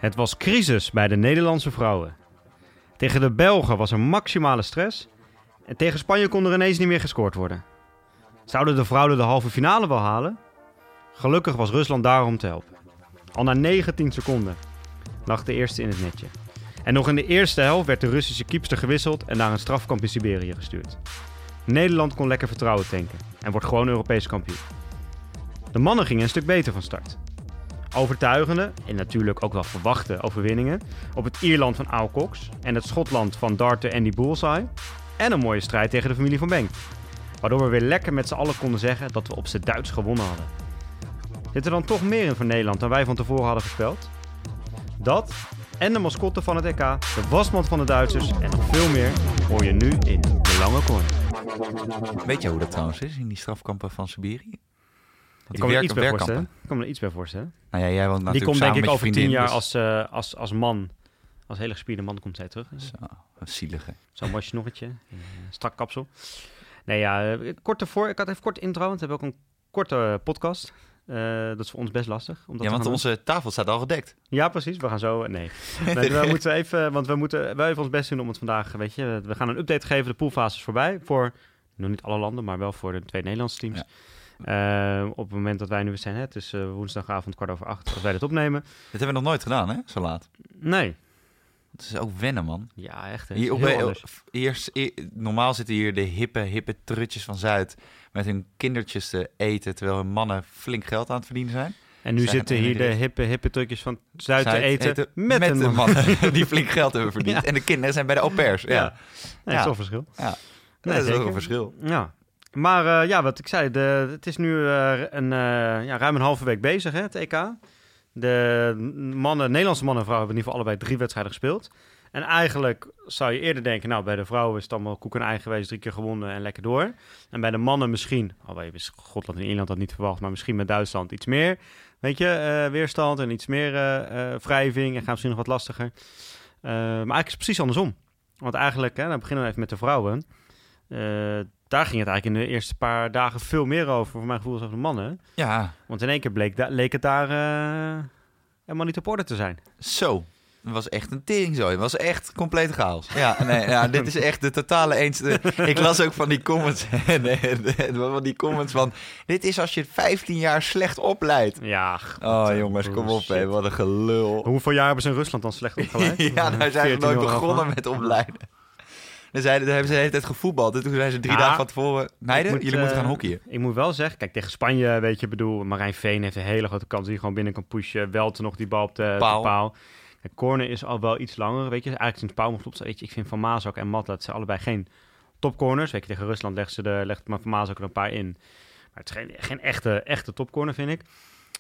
Het was crisis bij de Nederlandse vrouwen. Tegen de Belgen was er maximale stress. En tegen Spanje kon er ineens niet meer gescoord worden. Zouden de vrouwen de halve finale wel halen? Gelukkig was Rusland daar om te helpen. Al na 19 seconden lag de eerste in het netje. En nog in de eerste helft werd de Russische keepster gewisseld en naar een strafkamp in Siberië gestuurd. Nederland kon lekker vertrouwen tanken en wordt gewoon Europees kampioen. De mannen gingen een stuk beter van start. Overtuigende en natuurlijk ook wel verwachte overwinningen op het Ierland van Al Cox en het Schotland van Darter Andy Bullseye. En een mooie strijd tegen de familie van Benk. Waardoor we weer lekker met z'n allen konden zeggen dat we op z'n Duits gewonnen hadden. Zit er dan toch meer in voor Nederland dan wij van tevoren hadden voorspeld? Dat en de mascotte van het EK, de wasmand van de Duitsers en nog veel meer hoor je nu in De Lange Corner. Weet je hoe dat trouwens is in die strafkampen van Siberië? Ik kan me er iets bij voorstellen. Ik kan me er iets bij voorstellen. Nou ja, jij woont natuurlijk die komt samen denk ik met je over 10 vriendin, jaar dus... als man, als hele gespierde man komt zij terug. Zo, een zielige. Zo'n mooi snorretje, strak kapsel. Nee ja, ik had even kort intro, want we hebben ook een korte podcast. Dat is voor ons best lastig. Want onze tafel staat al gedekt. Ja, precies. We gaan zo... Nee. We moeten even... Want we moeten wel even ons best doen om het vandaag... Weet je, we gaan een update geven. De poolfase is voorbij. Voor nog niet alle landen, maar wel voor de 2 Nederlandse teams. Ja. Op het moment dat wij nu weer zijn... Het is woensdagavond 7:15 als wij dit opnemen. Dit hebben we nog nooit gedaan, hè? Zo laat. Nee. Het is ook wennen, man. Ja, echt. Normaal zitten hier de hippe trutjes van Zuid... met hun kindertjes te eten... terwijl hun mannen flink geld aan het verdienen zijn. En nu zitten hier de hippe trucjes van Zuid te eten met de mannen die flink geld hebben verdiend. Ja. En de kinderen zijn bij de au pairs. Ja. Nee, dat is wel een verschil. Ja. Nee, dat is ook een verschil. Ja. Maar wat ik zei, het is nu ruim een halve week bezig, hè, het EK. De Nederlandse mannen en vrouwen hebben in ieder geval allebei 3 wedstrijden gespeeld. En eigenlijk zou je eerder denken, nou, bij de vrouwen is het allemaal koek en ei geweest, 3 keer gewonnen en lekker door. En bij de mannen misschien, alweer Schotland en Ierland had niet verwacht, maar misschien met Duitsland iets meer, weet je, weerstand en iets meer wrijving en gaat misschien nog wat lastiger. Maar eigenlijk is het precies andersom. Want eigenlijk, dan beginnen we even met de vrouwen. Daar ging het eigenlijk in de eerste paar dagen veel meer over, voor mijn gevoel, als over de mannen. Ja. Want in één keer leek het daar helemaal niet op orde te zijn. Zo. Het was echt een teringzooi. Het was echt complete chaos. Ja, nee, ja, dit is echt de totale eens. Ik las ook van die comments. Van die comments van... Dit is als je 15 jaar slecht opleidt. Ja. Jongens, kom op, hé. Wat een gelul. Hoeveel jaar hebben ze in Rusland dan slecht opgeleid? Ja, daar zijn ze nooit begonnen met opleiden. Daar hebben ze de hele tijd gevoetbald. En toen zijn ze 3 dagen van tevoren... Meiden, jullie moeten gaan hockeyen. Ik moet wel zeggen, kijk, tegen Spanje, weet je, Marijn Veen heeft een hele grote kans die gewoon binnen kan pushen. Welte nog die bal op de paal. De corner is al wel iets langer, weet je. Eigenlijk sinds Pauw mocht opstaan, weet je. Ik vind Van Maasok en Matla, het zijn allebei geen topcorners. Weet je, tegen Rusland legt Van Maasok er een paar in. Maar het is geen echte topcorner, vind ik.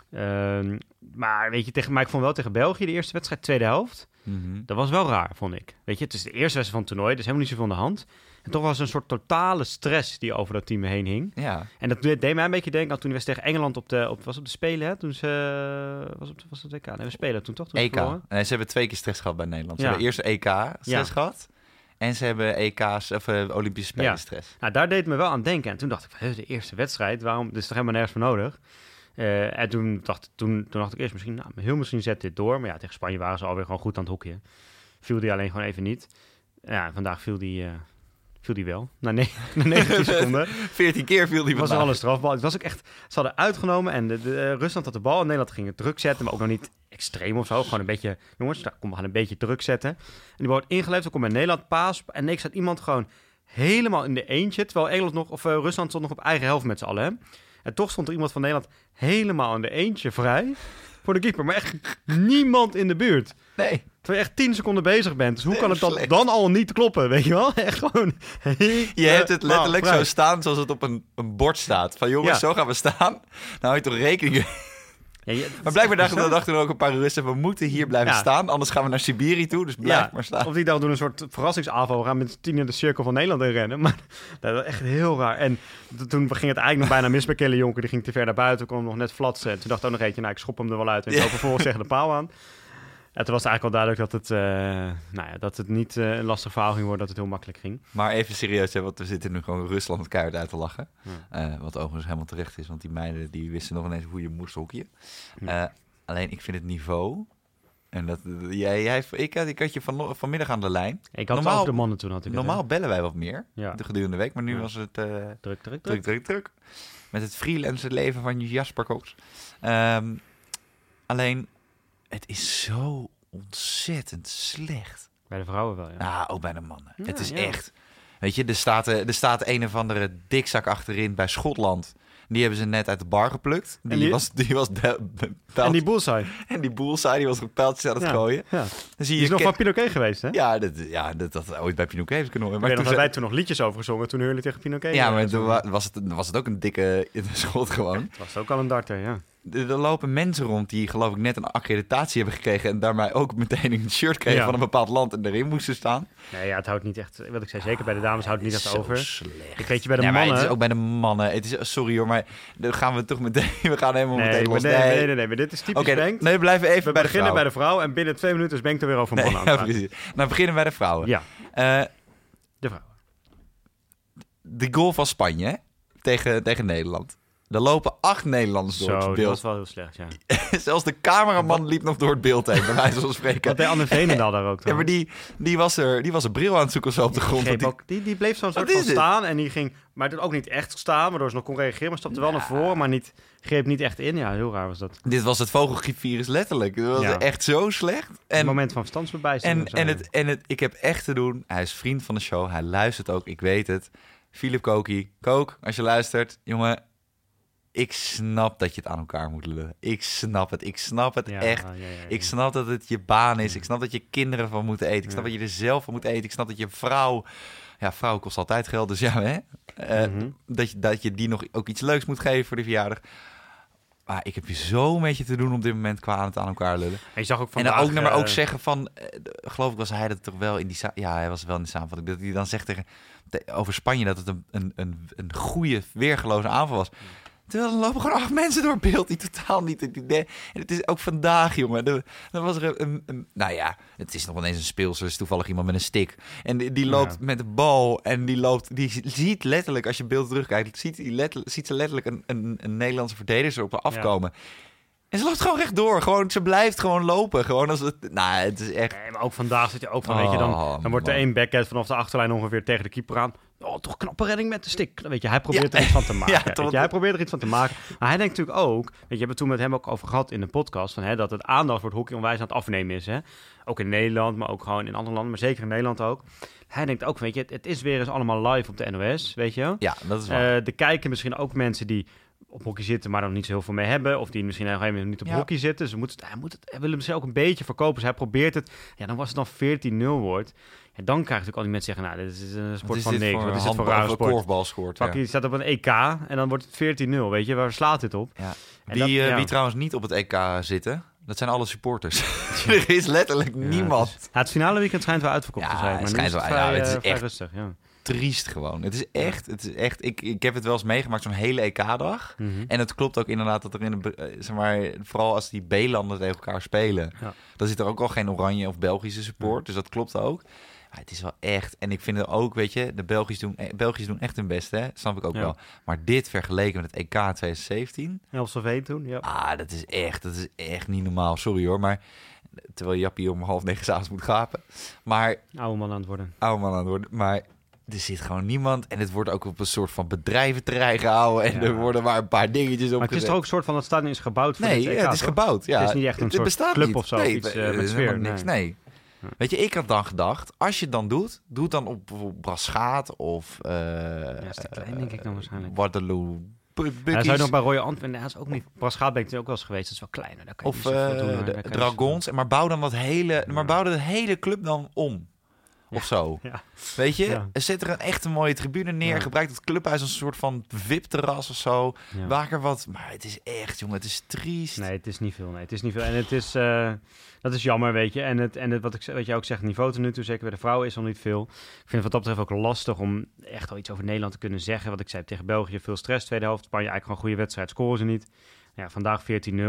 Maar weet je, maar ik vond wel tegen België de eerste wedstrijd, tweede helft. Mm-hmm. Dat was wel raar, vond ik. Weet je, het is de eerste wedstrijd van het toernooi, dus helemaal niet zoveel aan de hand. En toch was er een soort totale stress die over dat team heen hing. Ja. En dat deed mij een beetje denken aan toen we tegen Engeland op de Spelen, hè? Toen was het WK. Nee, we spelen toen toch? Toen EK. Nee, ze hebben 2 keer stress gehad bij Nederland. Ze hebben eerst EK stress gehad. En ze hebben EK's of Olympische Spelen stress. Nou, daar deed het me wel aan denken. En toen dacht ik, de eerste wedstrijd, waarom? Dus er helemaal nergens voor nodig. En toen dacht ik eerst misschien zet dit door. Maar ja, tegen Spanje waren ze alweer gewoon goed aan het hockeyen. Viel die alleen gewoon even niet. Ja, vandaag viel die wel. Na 19 seconden. 14 keer viel die vandaag. Was alle strafbal. Het was ook echt... Ze hadden uitgenomen en Rusland had de bal. En Nederland ging het druk zetten, maar ook nog niet extreem of zo. Gewoon een beetje... Jongens, kom, we gaan een beetje druk zetten. En die bal wordt ingeleverd. Dan komt bij Nederland paas. En niks staat iemand gewoon helemaal in de eentje. Terwijl Rusland stond nog op eigen helft met z'n allen. Hè? En toch stond er iemand van Nederland helemaal in de eentje vrij voor de keeper. Maar echt niemand in de buurt. Nee. Terwijl je echt 10 seconden bezig bent. Dus hoe kan het dan al niet kloppen, weet je wel? Echt gewoon... Je hebt het letterlijk zo staan zoals het op een bord staat. Van jongens, zo gaan we staan. Nou hou je toch rekening... maar blijkbaar dachten er ook een paar Russen... we moeten hier blijven staan, anders gaan we naar Siberië toe. Dus blijf maar staan. Of die dag doen een soort verrassingsaanval. We gaan met 10 in de cirkel van Nederland in rennen. Maar dat was echt heel raar. En toen ging het eigenlijk nog bijna mis bij Kelly Jonker. Die ging te ver naar buiten, kon hem nog net flatsen. En toen dacht ik ook nog eentje, ik schop hem er wel uit. En ik loop vervolgens tegen de paal aan. En toen was het eigenlijk wel duidelijk dat het niet een lastig verhaal ging worden, dat het heel makkelijk ging. Maar even serieus, hè, want we zitten nu gewoon Rusland keihard uit te lachen. Wat overigens helemaal terecht is, want die meiden die wisten nog ineens hoe je moest hockeyen. Alleen ik vind het niveau En ik had je vanmiddag aan de lijn. Ik had normaal, de mannen toen. Normaal bellen wij wat meer de gedurende week. Maar nu was het druk. Met het freelance leven van Jasper Cox. Alleen, het is zo ontzettend slecht. Bij de vrouwen wel, ja. Ook bij de mannen. Ja, het is echt... Weet je, er staat een of andere dikzak achterin bij Schotland. Die hebben ze net uit de bar geplukt. Die was en die bullseye. En die bullseye, die was gepijltjes aan het gooien. Ja. Dan zie je is nog van Pinoquet geweest, hè? Ja, dat ooit bij Pinoquet heeft kunnen horen. Maar wij toen nog liedjes over gezongen toen jullie tegen Pinoquet. Ja, maar toen was het ook een dikke schot gewoon. Het was ook al een darter, ja. Er lopen mensen rond die geloof ik net een accreditatie hebben gekregen en daarmee ook meteen een shirt kregen van een bepaald land en erin moesten staan. Nee, het houdt niet echt, wat ik zei, zeker bij de dames houdt het niet echt over. Slecht. Ik weet je, bij de mannen... Het is ook bij de mannen. Het is, sorry hoor, maar dan gaan we toch meteen, we gaan helemaal meteen los. Nee, maar dit is typisch Bengt. Nee, we blijven even bij de vrouw. We beginnen bij de vrouw en binnen 2 minuten is Bengt er weer over mannen aan het praten. Ja, precies. Nou, beginnen bij de vrouwen. Ja, de vrouwen. De goal van Spanje tegen Nederland. Er lopen 8 Nederlanders door het beeld. Dat was wel heel slecht, ja. Zelfs de cameraman liep nog door het beeld heen, bij wijze van spreken. Wat deed Anne Veenendaal daar ook? Ja, maar die was een bril aan het zoeken zo op de grond. Die bleef zo'n soort van staan en die ging... Maar dat ook niet echt staan, waardoor ze nog kon reageren. Maar stapte wel naar voren, maar greep niet echt in. Ja, heel raar was dat. Dit was het vogelgriepvirus letterlijk. Het was echt zo slecht. Een moment van verstandsbijstand. Ik heb echt te doen. Hij is vriend van de show. Hij luistert ook, ik weet het. Philip Koki. Kook, als je luistert. Jongen, ik snap dat je het aan elkaar moet lullen. Ik snap het echt. Ja. Ik snap dat het je baan is. Ik snap dat je kinderen van moeten eten. Ik snap dat je er zelf van moet eten. Ik snap dat je vrouw... Ja, vrouw kost altijd geld, dus ja, hè? Dat je die nog ook iets leuks moet geven voor die verjaardag. Maar ik heb je zo met je te doen op dit moment qua aan het aan elkaar lullen. En je zag ook vandaag... En dan ook zeggen van... geloof ik was hij dat toch wel in die... Ja, hij was wel in de samenvatting. Dat hij dan zegt over Spanje dat het een goede, weergeloze aanval was. Terwijl er lopen gewoon 8 mensen door beeld die totaal niet het idee. En het is ook vandaag, jongen. Dan was er nou ja, het is nog ineens een speelser. Er is toevallig iemand met een stick. En die loopt met de bal. En die ziet letterlijk, als je beeld terugkijkt, ziet ze letterlijk een Nederlandse verdediger op haar afkomen. Ja. En ze loopt gewoon rechtdoor. Ze blijft gewoon lopen. Gewoon als het... Nou, het is echt... Nee, maar ook vandaag zit je ook van, weet je, dan wordt er 1 backhand vanaf de achterlijn ongeveer tegen de keeper aan. Oh, toch knappe redding met de stick. Weet je, hij probeert er iets van te maken. Hij probeert er iets van te maken. Maar hij denkt natuurlijk ook... Weet je, we hebben het toen met hem ook over gehad in de podcast... Van, dat het aandacht voor het hockey onwijs aan het afnemen is. Hè? Ook in Nederland, maar ook gewoon in andere landen. Maar zeker in Nederland ook. Hij denkt ook, weet je, het is weer eens allemaal live op de NOS, weet je. Ja, dat is waar. Er kijken misschien ook mensen die op hockey zitten, maar dan niet zo heel veel mee hebben. Of die misschien helemaal niet op hockey zitten. Dus hij wil hem misschien ook een beetje verkopen. Dus hij probeert het. Ja, dan was het dan 14-0 wordt. En dan krijg je natuurlijk al die mensen zeggen, nou, dit is een sport van niks. Wat is dit voor rare sport? Korfbalsport. Je staat op een EK en dan wordt het 14-0. Weet je, waar slaat dit op? Ja. Wie trouwens niet op het EK zitten, dat zijn alle supporters. Er is letterlijk niemand. Het finale weekend schijnt wel uitverkocht te zijn. Maar het is echt rustig. Ja. Triest gewoon. Het is echt. Ik heb het wel eens meegemaakt, zo'n hele EK-dag. Mm-hmm. En het klopt ook inderdaad dat er zeg maar, vooral als die B-landen tegen elkaar spelen, dan zit er ook al geen oranje of Belgische support. Dus dat klopt ook. Maar het is wel echt. En ik vind het ook, weet je, de Belgisch doen echt hun best, hè? Snap ik ook wel. Maar dit vergeleken met het EK 2017. Elfsloveen toen, ja. Dat is echt niet normaal. Sorry hoor, maar terwijl Jappie om 8:30 s'avonds moet gapen. Maar oude man aan het worden. Maar er zit gewoon niemand. En het wordt ook op een soort van bedrijventerrein gehouden. En er worden maar een paar dingetjes op maar het is toch ook een soort van, het stadion is gebouwd voor het EK, het is gebouwd, ja. Het is niet echt een soort club of zo. Nee, iets met sfeer. Niks, nee. Ja. Weet je, ik had dan gedacht, als je het dan doet, doe het dan op bijvoorbeeld Braschaat of... is te klein, denk ik dan waarschijnlijk. Waterloo. Hij zou nog bij Royal Antwerpen, dat is ook niet... Braschaat ben ik ook wel eens geweest, dat is wel kleiner. Daar kan of de Dragons, maar bouw dan maar bouw de hele club dan om. Of zo. Ja. Weet je? Ja. Zet er een echt een mooie tribune neer. Ja. Gebruik het clubhuis als een soort van VIP-terras of zo. Ja. Maak er wat. Maar het is echt, jongen, het is triest. Nee, het is niet veel. En het is... dat is jammer, weet je. En wat jij ook zegt, niveau tot nu toe, zeker bij de vrouwen, is nog niet veel. Ik vind het wat dat betreft ook lastig om echt al iets over Nederland te kunnen zeggen. Wat ik zei, tegen België veel stress, tweede helft. Spanje eigenlijk gewoon een goede wedstrijd, scoren ze niet. Ja, vandaag 14-0.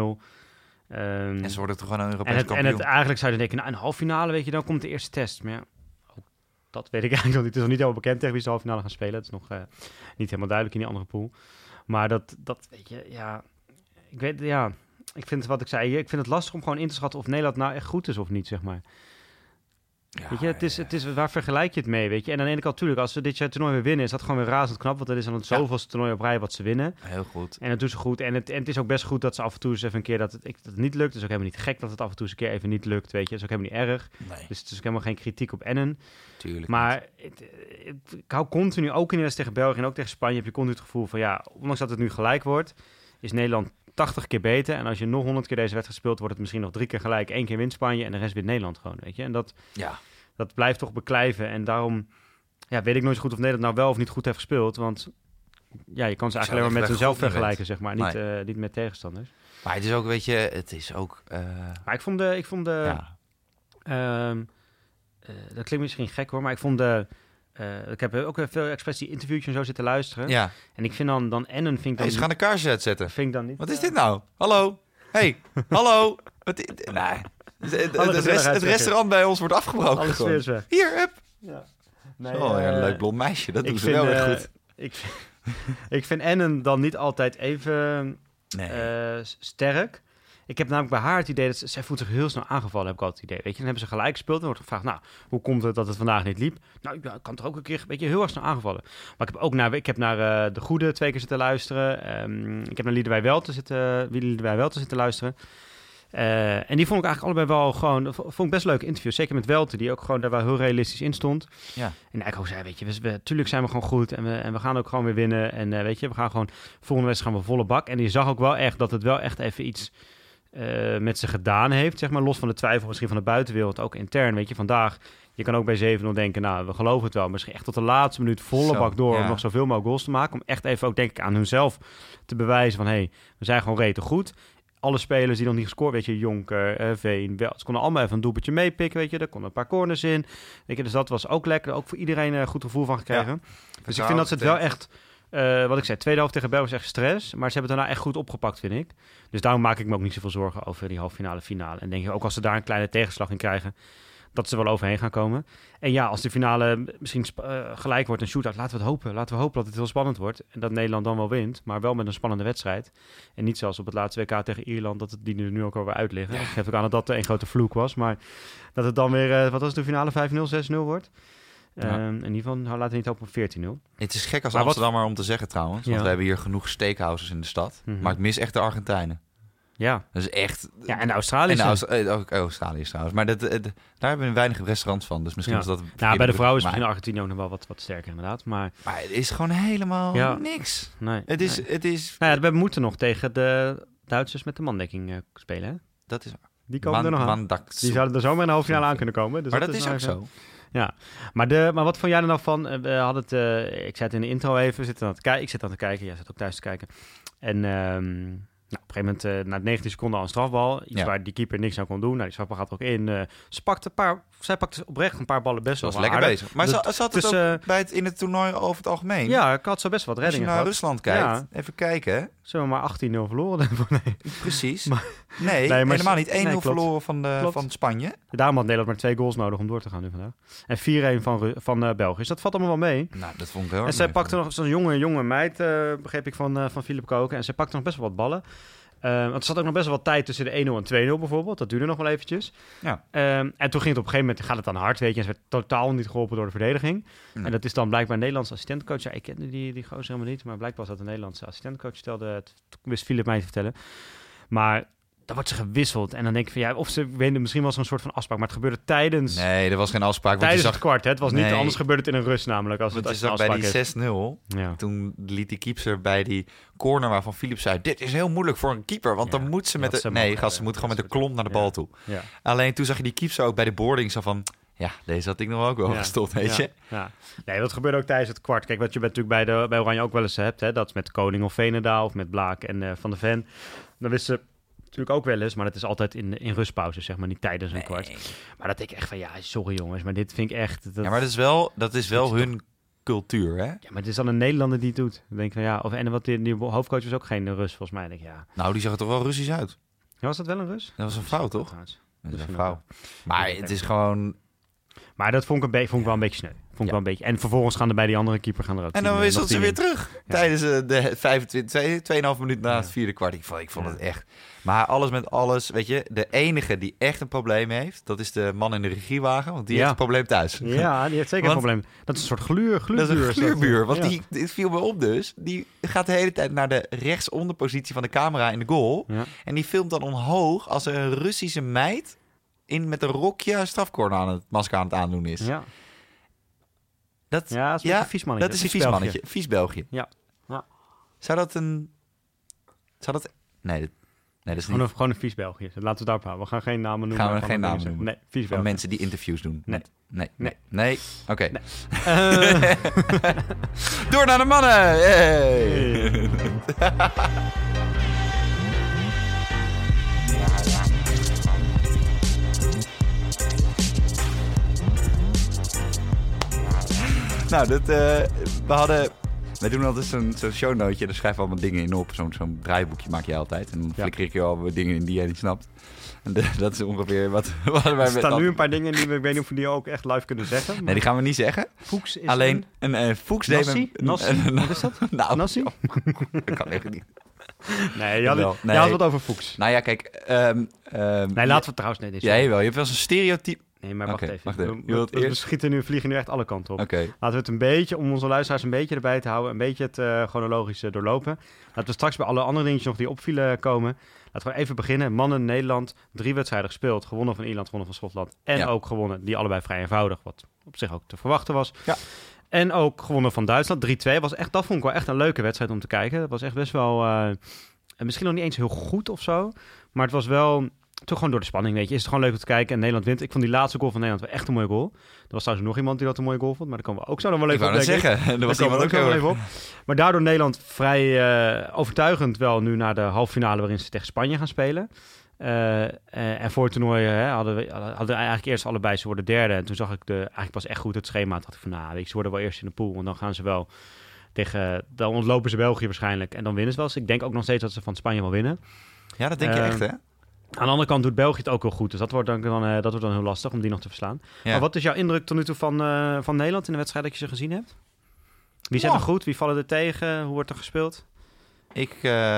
En ze worden toch gewoon een Europees kampioen. En eigenlijk zou je denken, nou, een halffinale, weet je, dan komt de eerste test. Maar ja, dat weet ik eigenlijk nog niet. Het is nog niet helemaal bekend tegen wie ze de halve finale gaan spelen. Het is nog niet helemaal duidelijk in die andere pool. Maar dat weet je, ja... Ik weet, ja... ik vind wat ik zei, ik vind het lastig om gewoon in te schatten of Nederland nou echt goed is of niet, zeg maar. Ja, weet je, het is, waar vergelijk je het mee, weet je? En aan de ene kant, natuurlijk, als ze dit jaar toernooi weer winnen, is dat gewoon weer razend knap, want dat is dan het zoveelste toernooi op rij wat ze winnen. Heel goed. En dat doen ze goed. En het is ook best goed dat ze af en toe eens even een keer dat het niet lukt. Het is ook helemaal niet gek dat het af en toe eens een keer even niet lukt, weet je. Dat is ook helemaal niet erg. Nee. Dus het is ook helemaal geen kritiek op Ennen. Tuurlijk. Maar ik hou continu, ook in de wedstrijd tegen België en ook tegen Spanje, heb je continu het gevoel van, ja, ondanks dat het nu gelijk wordt, is Nederland 80 keer beter. En als je nog 100 keer deze wedstrijd speelt, wordt het misschien nog 3 keer gelijk. 1 keer wint Spanje en de rest wint Nederland gewoon, weet je. En dat blijft toch beklijven. En daarom weet ik nooit zo goed of Nederland nou wel of niet goed heeft gespeeld. Want ja, je kan ze eigenlijk alleen maar met zichzelf vergelijken, zeg maar. Niet met tegenstanders. Maar het is ook, weet je, het is ook... Maar ik vond de dat klinkt misschien gek hoor, maar ik vond ik heb ook veel expressie interviewtjes en zo zitten luisteren. Ja. En ik vind dan Ennen... Ze gaan de kaars uitzetten. Vind ik dan niet. Wat is dit nou? Hallo? Hey, hallo? Nee. Het restaurant bij ons wordt afgebroken. Alles weer weg. Hier, hup. Ja. Nee, een leuk blond meisje. Dat doen ze wel weer goed. Ik vind Ennen dan niet altijd even sterk. Ik heb namelijk bij haar het idee dat zij voelt zich heel snel aangevallen, heb ik altijd het idee. Weet je, dan hebben ze gelijk gespeeld en wordt gevraagd, nou, hoe komt het dat het vandaag niet liep? Nou, ik kan toch ook een keer, heel erg snel aangevallen. Maar ik heb naar De Goede 2 keer zitten luisteren. Ik heb naar Liedewij Welten zitten luisteren. En die vond ik eigenlijk allebei wel gewoon, vond ik best leuke interviews. Zeker met Welten, die ook gewoon daar wel heel realistisch in stond. Ja. En ik ook zei, weet je, tuurlijk zijn we gewoon goed en we gaan ook gewoon weer winnen. En weet je, we gaan gewoon, volgende wedstrijd gaan we volle bak. En die zag ook wel echt dat het wel echt even iets met ze gedaan heeft, zeg maar, los van de twijfel misschien van de buitenwereld, ook intern, weet je, vandaag, je kan ook bij 7-0 denken, nou, we geloven het wel, misschien echt tot de laatste minuut volle bak door om nog zoveel mogelijk goals te maken, om echt even ook, denk ik, aan hunzelf te bewijzen van, hey, we zijn gewoon rete goed. Alle spelers die nog niet gescoord, weet je, Jonker, Veen, wel, ze konden allemaal even een doelpuntje meepikken, weet je, er konden een paar corners in, weet je, dus dat was ook lekker, ook voor iedereen een goed gevoel van gekregen. Ja, dus ik vind dat ze het wel echt... wat ik zei, tweede helft tegen België is echt stress. Maar ze hebben het daarna echt goed opgepakt, vind ik. Dus daarom maak ik me ook niet zoveel zorgen over die finale. En denk je, ook als ze daar een kleine tegenslag in krijgen, dat ze wel overheen gaan komen. En ja, als de finale misschien gelijk wordt, een shootout, laten we het hopen. Laten we hopen dat het heel spannend wordt. En dat Nederland dan wel wint, maar wel met een spannende wedstrijd. En niet zoals op het laatste WK tegen Ierland, dat die er nu ook alweer uit liggen. Ik geef ook aan dat dat een grote vloek was. Maar dat het dan weer, wat was de finale, 5-0, 6-0 wordt. In ieder geval, laten we niet hopen op 14-0. Het is gek als Amsterdammer om te zeggen trouwens. Want we hebben hier genoeg steakhouses in de stad. Mm-hmm. Maar ik mis echt de Argentijnen. Ja. Dat is echt... Ja, en de Australiërs. Ook Australiërs trouwens. Maar daar hebben we weinig restaurants van. Dus misschien was dat... Nou, bij de vrouwen is misschien Argentinië ook nog wel wat sterker inderdaad. Maar het is gewoon helemaal niks. Nee. Het is... Nou ja, we moeten nog tegen de Duitsers met de mandekking spelen, hè? Dat is waar. Die komen er nog aan. Die zouden er zomaar in de halve finale aan kunnen komen. Dus maar dat is ook zo. Ja, maar wat vond jij er nou van? We hadden het, ik zei het in de intro even, ik zit aan te kijken, jij zit ook thuis te kijken. En op een gegeven moment, na 19 seconden al een strafbal, iets waar die keeper niks aan kon doen. Nou, die strafbal gaat er ook in. Zij pakte oprecht een paar ballen best wel lekker aardig. bezig. Maar zat het ook bij in het toernooi over het algemeen? Ja, ik had zo best wat reddingen gehad. Als je naar gehad. Rusland kijkt, even kijken. Hè? Ze hebben maar 18-0 verloren. Nee. Precies. Nee, helemaal niet. 1-0 verloren van Spanje. Daarom had Nederland maar 2 goals nodig om door te gaan nu vandaag. En 4-1 van België. Dus dat valt allemaal wel mee. Nou, dat vond ik heel erg. En zij pakte nog zo'n jonge meid, begreep ik van Philip Koken. En zij pakte nog best wel wat ballen. Want er zat ook nog best wel wat tijd tussen de 1-0 en 2-0 bijvoorbeeld. Dat duurde nog wel eventjes. Ja. En toen ging het op een gegeven moment, gaat het dan hard, weet je. En ze werd totaal niet geholpen door de verdediging. Nee. En dat is dan blijkbaar een Nederlandse assistentcoach. Ja, ik kende die gozer helemaal niet. Maar blijkbaar was dat een Nederlandse assistentcoach. Wist Philip mij te vertellen. Maar dan wordt ze gewisseld. En dan denk ik van ja, of ze weten, misschien was er een soort van afspraak. Maar het gebeurde tijdens... Nee, er was geen afspraak. Tijdens het kwart, hè. Het was niet, anders gebeurde het in een rust namelijk. Als het zag bij die 6-0, toen liet die keeper bij die corner waarvan Philip zei, dit is heel moeilijk voor een keeper. Want dan moet ze met de... Nee, gast, ze moet gewoon met de klomp naar de bal toe. Ja. Alleen toen zag je die keeper ook bij de boarding zo van... Ja, deze had ik nog ook wel gestopt, weet je. Ja. Nee, dat gebeurde ook tijdens het kwart. Kijk, wat je natuurlijk bij Oranje ook wel eens hebt, hè. Dat is met Koning of Veenendaal of met Blaak en Van de Ven. Dan wisten ze natuurlijk ook wel eens, maar dat is altijd in rustpauze, zeg maar, niet tijdens een kwart. Maar dat denk ik echt van, ja, sorry jongens, maar dit vind ik echt... Ja, maar dat is wel hun cultuur, hè? Ja, maar het is dan een Nederlander die het doet. Dan denk ik van, ja, en wat die hoofdcoach was ook geen rust, volgens mij. Denk ik, ja. Nou, die zag er toch wel Russisch uit? Ja, was dat wel een rust? Dat was een vrouw, toch? Dat is een vrouw. Maar het is gewoon... Maar dat vond ik wel een beetje sneu. vond ik wel een beetje. En vervolgens gaan er bij die andere keeper er ook. En dan wisselt ze weer terug. Tijdens de 2,5 minuten na het vierde kwart. Ik vond het echt... Maar alles met alles, weet je, de enige die echt een probleem heeft, dat is de man in de regiewagen, want die heeft een probleem thuis. Ja, die heeft zeker een probleem. Dat is een soort gluurbuur. Dat is een gluurbuur, want dit viel me op dus. Die gaat de hele tijd naar de rechtsonderpositie van de camera in de goal. Ja. En die filmt dan omhoog als er een Russische meid met een rokje een strafcorner aan het masker aan het aandoen is. Ja. Dat is een vies mannetje. Dat is een vies mannetje. Vies België. Ja. Zou dat... Nee, dat is gewoon een vies België. Laten we het daarop houden. We gaan geen namen noemen. Gaan we geen namen noemen? Nee, vies België. Van mensen die interviews doen. Nee. Oké. Nee. Door naar de mannen! Hey. Nou, wij doen altijd zo'n shownootje. Daar schrijven we allemaal dingen in op. Zo'n draaiboekje maak je altijd. En dan flikker ik je al dingen in die jij niet snapt. En dat is ongeveer wat wij... Er staan nu een paar dingen die ik weet niet of we die ook echt live kunnen zeggen. Maar... Nee, die gaan we niet zeggen. Fuchs is alleen een Fuchs deed Nassi? Wat is dat? Nou, Nassi? Dat kan echt niet. Nee, je had wat over Fuchs. Nou ja, kijk... nee, laten we trouwens niet. Jij wel. Je hebt wel eens een stereotype... Nee, maar wacht even. We vliegen nu echt alle kanten op. Okay. Laten we het een beetje, om onze luisteraars een beetje erbij te houden, een beetje het chronologisch doorlopen. Laten we straks bij alle andere dingetjes nog die opvielen komen. Laten we even beginnen. Mannen Nederland, 3 wedstrijden gespeeld. Gewonnen van Ierland, gewonnen van Schotland. En ook gewonnen, die allebei vrij eenvoudig, wat op zich ook te verwachten was. Ja. En ook gewonnen van Duitsland, 3-2. Dat vond ik wel echt een leuke wedstrijd om te kijken. Dat was echt best wel, misschien nog niet eens heel goed of zo. Maar het was wel... Toch gewoon door de spanning, weet je. Is het gewoon leuk om te kijken en Nederland wint. Ik vond die laatste goal van Nederland wel echt een mooie goal. Er was trouwens nog iemand die dat een mooie goal vond. Maar daar komen we ook zo nog wel even op. Ik wou dat zeggen. Er was iemand ook wel even op. Maar daardoor Nederland vrij overtuigend wel nu naar de halve finale waarin ze tegen Spanje gaan spelen. En voor het toernooi hadden eigenlijk eerst allebei, ze worden derde. En toen zag ik eigenlijk pas echt goed het schema. Toen dacht ik van, weet je, ze worden wel eerst in de pool. En dan gaan ze wel dan ontlopen ze België waarschijnlijk. En dan winnen ze wel. Dus ik denk ook nog steeds dat ze van Spanje wel winnen. Ja, dat denk je echt, hè? Aan de andere kant doet België het ook wel goed. Dus dat wordt dan heel lastig om die nog te verslaan. Ja. Maar wat is jouw indruk tot nu toe van Nederland in de wedstrijd dat je ze gezien hebt? Wie zijn er goed? Wie vallen er tegen? Hoe wordt er gespeeld? Ik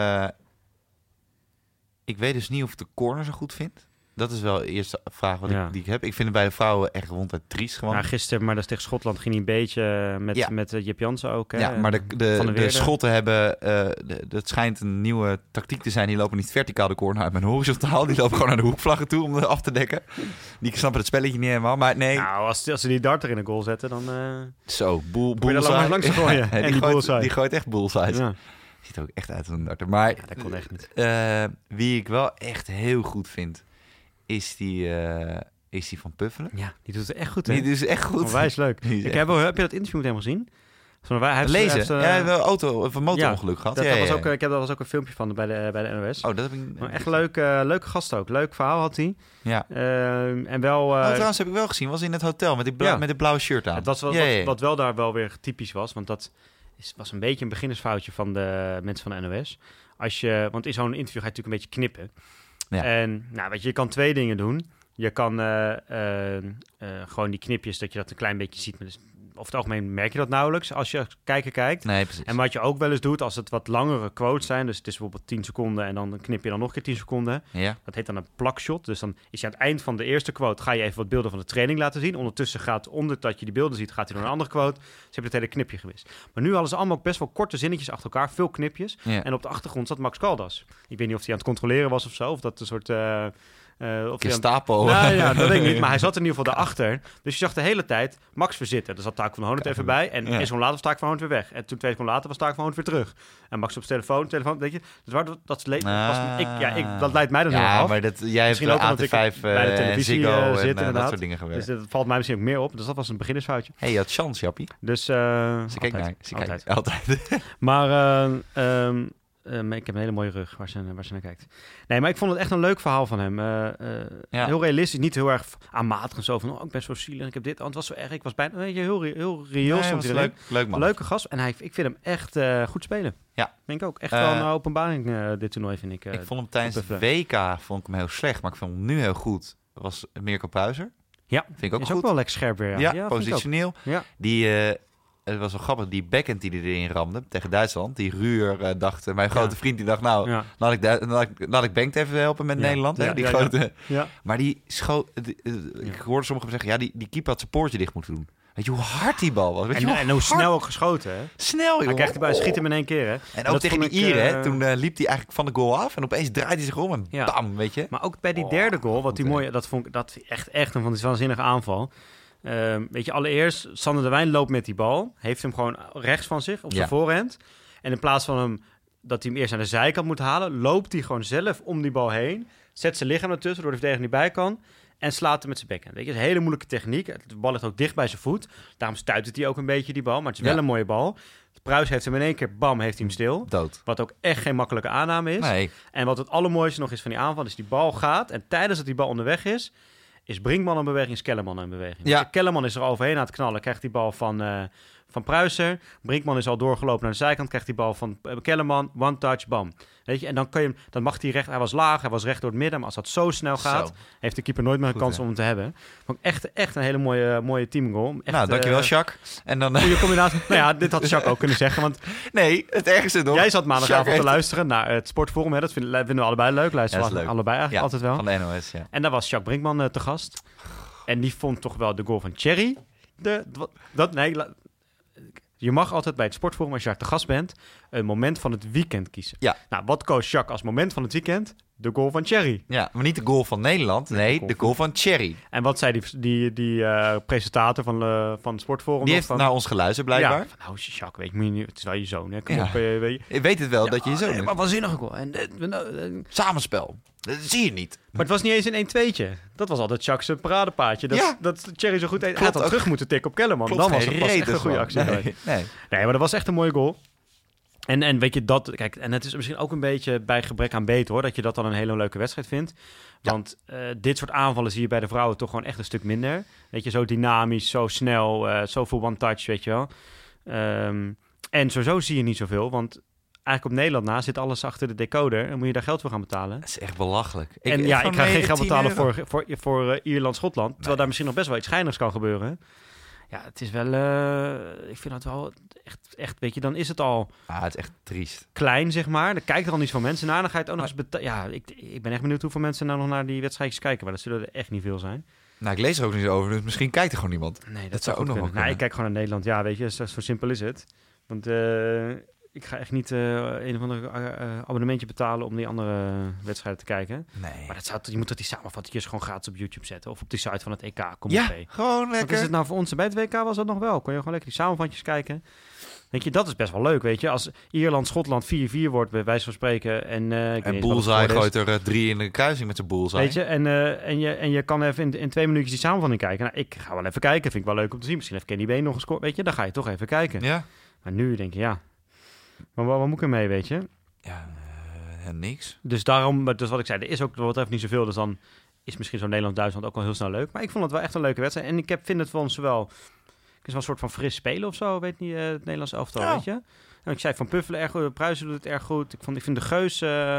weet dus niet of ik de corner zo goed vind. Dat is wel de eerste vraag die ik heb. Ik vind het bij de vrouwen echt ronduit triest gewoon. Ja, gisteren, maar dat tegen Schotland ging hij een beetje met Jip Jansen ook. Hè? Ja, maar de Schotten hebben... het schijnt een nieuwe tactiek te zijn. Die lopen niet verticaal de corner uit, maar horizontaal. Die lopen gewoon naar de hoekvlaggen toe om af te dekken. Die snappen het spelletje niet helemaal, maar nee. Nou, als ze die darter in een goal zetten, dan... Zo, bullseye. Langs gooien. Ja, die gooit echt bullseye. Ja. Ziet er ook echt uit als een darter. Maar dat kon echt niet. Wie ik wel echt heel goed vind... is die van Puffelen. Ja, die doet het echt goed, hè? Die doet het echt goed. Onwijs leuk. Heb je dat interview met hem gezien? Hij heeft een motorongeluk gehad. Ik heb daar was ook een filmpje van bij de NOS. Oh, dat heb ik... Echt leuke gast ook. Leuk verhaal had hij. Ja. En wel... trouwens heb ik wel gezien. Was in het hotel met het blauwe shirt aan. Wat wel daar wel weer typisch was. Want dat was een beetje een beginnersfoutje van de mensen van de NOS. Want in zo'n interview ga je natuurlijk een beetje knippen. Ja. En weet je kan 2 dingen doen. Je kan gewoon die knipjes, dat je dat een klein beetje ziet. Maar over het algemeen merk je dat nauwelijks als je kijkt. Nee, precies. En wat je ook wel eens doet, als het wat langere quotes zijn, dus het is bijvoorbeeld 10 seconden en dan knip je dan nog een keer 10 seconden. Ja. Dat heet dan een plakshot. Dus dan is je aan het eind van de eerste quote, ga je even wat beelden van de training laten zien. Ondertussen omdat je die beelden ziet, gaat hij door een andere quote. Dus heb je het hele knipje gemist. Maar nu hadden ze allemaal ook best wel korte zinnetjes achter elkaar, veel knipjes. Ja. En op de achtergrond zat Max Caldas. Ik weet niet of hij aan het controleren was of zo, of dat een soort... Gestapo. Dat weet ik niet, maar hij zat in ieder geval daarachter. Dus je zag de hele tijd Max verzitten. Er zat Taak van de Hoorn even bij. En 1 seconde later was Taak van de Hoorn weer weg. En toen 2 seconden later was Taak van de Hoorn weer terug. En Max op zijn telefoon, weet je. Dus dat leidt mij dan heel af. Maar jij misschien hebt ook AT5 bij de televisie zit en dat soort dingen gewerkt. Dus dat valt mij misschien ook meer op. Dus dat was een beginnersfoutje. Je had chance, Jappie. Dus ze kijkt naar. Altijd. Maar... ik heb een hele mooie rug waar ze naar kijkt. Nee, maar ik vond het echt een leuk verhaal van hem. Heel realistisch, niet heel erg aanmatig en zo van... ik ben zo zielig en ik heb dit. Het was zo erg. Ik was bijna heel reëel. Nee, leuk man. Leuke gast. En ik vind hem echt goed spelen. Ja. Denk ook. Echt wel een openbaring dit toernooi, vind ik. Ik vond hem tijdens het WK heel slecht. Maar ik vond hem nu heel goed. Dat was Mirko Puizer. Ja, vind ik ook is goed. Ook wel lekker scherp weer. Ja, positioneel. Ja. Die, het was wel grappig, die backhand die erin ramde tegen Duitsland. Die Ruur dacht, mijn grote vriend die dacht, laat ik Bengt even helpen met Nederland. Hè? Die grote. Ja. Maar die schoot, ik hoorde sommigen zeggen, die keeper had zijn poortje dicht moeten doen. Weet je hoe hard die bal was? En hoe snel ook geschoten, hè? Snel, joh. Hij krijgt hij schiet hem in 1 keer, hè? En ook tegen die Ieren, toen liep hij eigenlijk van de goal af. En opeens draaide hij zich om en bam, weet je. Maar ook bij die derde goal, wat die mooie, dat vond ik echt een waanzinnige aanval. Weet je, allereerst, Sander de Wijn loopt met die bal. Heeft hem gewoon rechts van zich, op zijn voorhand. En in plaats van dat hij hem eerst aan de zijkant moet halen, loopt hij gewoon zelf om die bal heen. Zet zijn lichaam ertussen, waardoor hij tegen niet bij kan. En slaat hem met zijn bekken. Weet je, het is een hele moeilijke techniek. De bal ligt ook dicht bij zijn voet. Daarom stuitert hij ook een beetje die bal. Maar het is wel een mooie bal. Pruis heeft hem in 1 keer, bam, heeft hij hem stil. Dood. Wat ook echt geen makkelijke aanname is. Nee. En wat het allermooiste nog is van die aanval, is die bal gaat. En tijdens dat die bal onderweg is Brinkman in beweging, is Kellerman in beweging. Ja. Dus Kellerman is er overheen aan het knallen, krijgt die bal van Pruiser. Brinkman is al doorgelopen naar de zijkant, krijgt die bal van Kellerman. One touch, bam. Weet je, en dan mag hij recht. Hij was laag, hij was recht door het midden. Maar als dat zo snel gaat, heeft de keeper nooit meer een kans om hem te hebben. Vond ik echt een hele mooie teamgoal. Echt, dankjewel, Jacques. En dan goede combinatie. Dit had Jacques ook kunnen zeggen. Want nee, het ergste nog. Jij zat maandagavond te luisteren naar het Sportforum. Hè? Dat vinden we allebei leuk. Luisteren allebei eigenlijk altijd wel. Van de NOS, ja. En daar was Jacques Brinkman te gast. En die vond toch wel de goal van Thierry. Je mag altijd bij het Sportforum, als je te gast bent, een moment van het weekend kiezen. Ja. Nou, wat koos Jacques als moment van het weekend? De goal van Thierry. Ja, maar niet de goal van Nederland. Nee, de goal van Thierry. En wat zei die presentator van het Sportforum? Die heeft naar ons geluisterd, blijkbaar. Ja, nou, Jacques, het is wel je zoon. Hè? Kom op, je weet het wel, dat je je zoon hebt. Maar waanzinnige goal. Samenspel. Dat zie je niet. Maar het was niet eens een 1-2'tje. Dat was altijd Jacques' paradepaadje. Dat Thierry zo goed deed. Hij had al terug moeten tikken op Kellerman. Dan was het pas echt een goede actie. Nee, maar dat was echt een mooie goal. En weet je dat... Kijk, en het is misschien ook een beetje bij gebrek aan beter, hoor. Dat je dat dan een hele leuke wedstrijd vindt. Want dit soort aanvallen zie je bij de vrouwen toch gewoon echt een stuk minder. Weet je, zo dynamisch, zo snel, zo full one touch, weet je wel. En sowieso zie je niet zoveel, want... Eigenlijk op Nederland na zit alles achter de decoder en moet je daar geld voor gaan betalen. Dat is echt belachelijk. Ik ga geen geld betalen voor Ierland-Schotland, terwijl daar misschien nog best wel iets schijnigs kan gebeuren. Ja, het is wel... ik vind het wel echt, weet je, dan is het al... het is echt triest. Klein, zeg maar. Dan kijken er al niet veel mensen naar. Dan ga je het ook nog eens betalen. Ja, ik ben echt benieuwd hoeveel mensen nou nog naar die wedstrijdjes kijken. Maar dat zullen er echt niet veel zijn. Nou, ik lees er ook niet over, dus misschien kijkt er gewoon niemand. Nee, dat zou ook nog wel kunnen. Ik kijk gewoon naar Nederland. Ja, weet je, zo simpel is het. Want... ik ga echt niet een of ander abonnementje betalen om die andere wedstrijden te kijken. Nee. Maar je moet die samenvattingjes gewoon gratis op YouTube zetten. Of op die site van het EK. Gewoon lekker. Wat is het nou voor ons? Bij het WK was dat nog wel. Kon je gewoon lekker die samenvatjes kijken. Weet je, dat is best wel leuk, weet je. Als Ierland-Schotland 4-4 wordt, bij wijze van spreken. En Bullseye gooit er 3 in de kruising met zijn Bullseye. Weet je, en je kan even in 2 minuutjes die samenvatting kijken. Nou, ik ga wel even kijken. Vind ik wel leuk om te zien. Misschien heeft Kenny B nog gescoord. Weet je, dan ga je toch even kijken. Ja. Maar nu denk je, ja... Maar wat moet ik ermee, weet je? Ja, niks. Dus daarom, dus wat ik zei, er is ook wat even niet zoveel. Dus dan is misschien zo'n Nederland-Duitsland ook wel heel snel leuk. Maar ik vond het wel echt een leuke wedstrijd. En vind het voor ons wel... Het is wel een soort van fris spelen of zo, weet niet, het Nederlandse elftal, weet je? En ik zei Van Puffelen erg goed, Pruisen doet het erg goed. Ik vind de Geus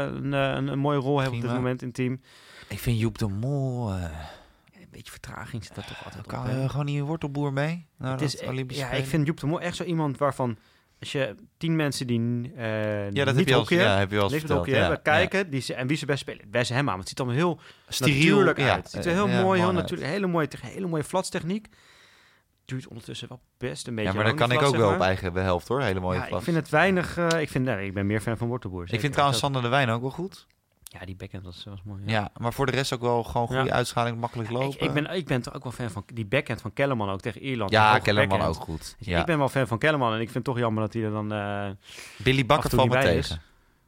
een mooie rol hebben op dit moment in het team. Ik vind Joep de Mol... een beetje vertraging zit dat toch altijd op. Gewoon niet een wortelboer mee? Het is, ik vind Joep de Mol echt zo iemand waarvan... Als je 10 mensen die niet hockey hebben, kijken en wie ze best spelen, wijzen hem aan. Want het ziet allemaal heel natuurlijk uit. Het ziet er heel mooi, heel natuurlijk, hele mooie flatstechniek. Duurt ondertussen wel best een beetje. Ja, maar daar kan ik ook wel op eigen helft, hoor. Hele mooie flats. Ik vind het weinig. Ik ben meer fan van wortelboer. Ik vind trouwens Sander de Wijn ook wel goed. Ja, die backhand was mooi. Ja, maar voor de rest ook wel gewoon goede uitschaling, makkelijk lopen. Ik ben toch ook wel fan van die backhand van Kellerman ook tegen Ierland. Ja, Kellerman ook goed. Ja. Ik ben wel fan van Kellerman en ik vind het toch jammer dat hij er dan... Billy Bakker valt me tegen.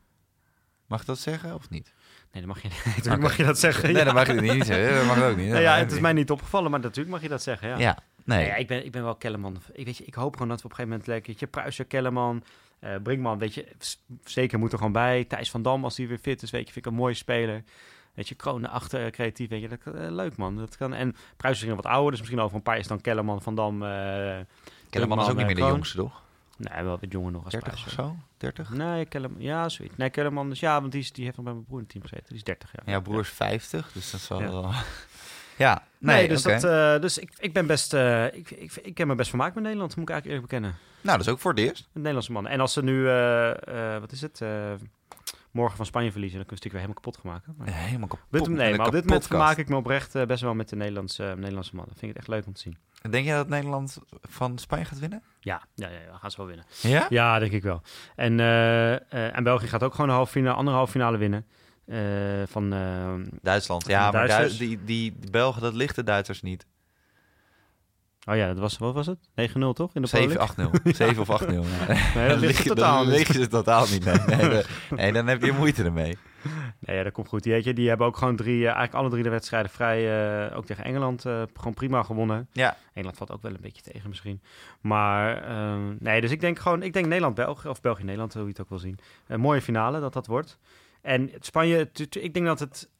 Mag ik dat zeggen of niet? Nee, dan mag je niet. Okay. Mag je dat zeggen. Nee, dan mag je het niet zeggen. Dat mag ook niet. Het is mij niet opgevallen, maar natuurlijk mag je dat zeggen. Ja. Nee. Ik ben wel Kellerman. Ik hoop gewoon dat we op een gegeven moment lekker... Pruiser, Kellerman... Brinkman, weet je, zeker moet er gewoon bij. Thijs van Dam, als hij weer fit is, weet je, vind ik een mooie speler. Weet je, Kroon achter, creatief, weet je, leuk man. Dat kan. En Pruis is nog wat ouder, dus misschien over een paar jaar is dan Kellerman, Van Dam. Kellerman is ook niet meer de jongste, toch? Nee, wel wat jonger nog als 30 of zo? 30? Nee, Kellerman, ja, zoiets. Nee, Kellerman, dus ja, want die heeft nog bij mijn broer in het team gezeten. Die is 30 jaar. Ja, broer is 50, dus dat is wel... Ja, Nee, dus, dus ik ben best... ik heb me best vermaakt met Nederland, moet ik eigenlijk eerlijk bekennen. Nou, dat is ook voor het eerst. De Nederlandse mannen. En als ze nu... wat is het? Morgen van Spanje verliezen, dan kun je het natuurlijk weer helemaal kapot gaan maken. Helemaal kapot. Maar op dit moment vermaak ik me oprecht best wel met de Nederlandse mannen. Vind ik het echt leuk om te zien. En denk je dat Nederland van Spanje gaat winnen? Ja, gaan ze wel winnen. Ja? Ja, denk ik wel. En België gaat ook gewoon andere halve finale winnen. Van Duitsland. Ja, maar die Belgen, dat ligt de Duitsers niet. Oh ja, wat was het? 9-0 toch? In de 7-8-0. 7 of 8-0. Ja. Nee, dat ligt totaal niet. Dat ligt totaal niet. Nee, dan heb je moeite ermee. Nee, ja, dat komt goed. Die hebben ook gewoon eigenlijk alle 3 de wedstrijden vrij, ook tegen Engeland, gewoon prima gewonnen. Ja. Engeland valt ook wel een beetje tegen misschien. Maar nee, dus ik denk Nederland-België, of België-Nederland, hoe je het ook wil zien. Een mooie finale dat wordt. En Spanje, ik denk dat het...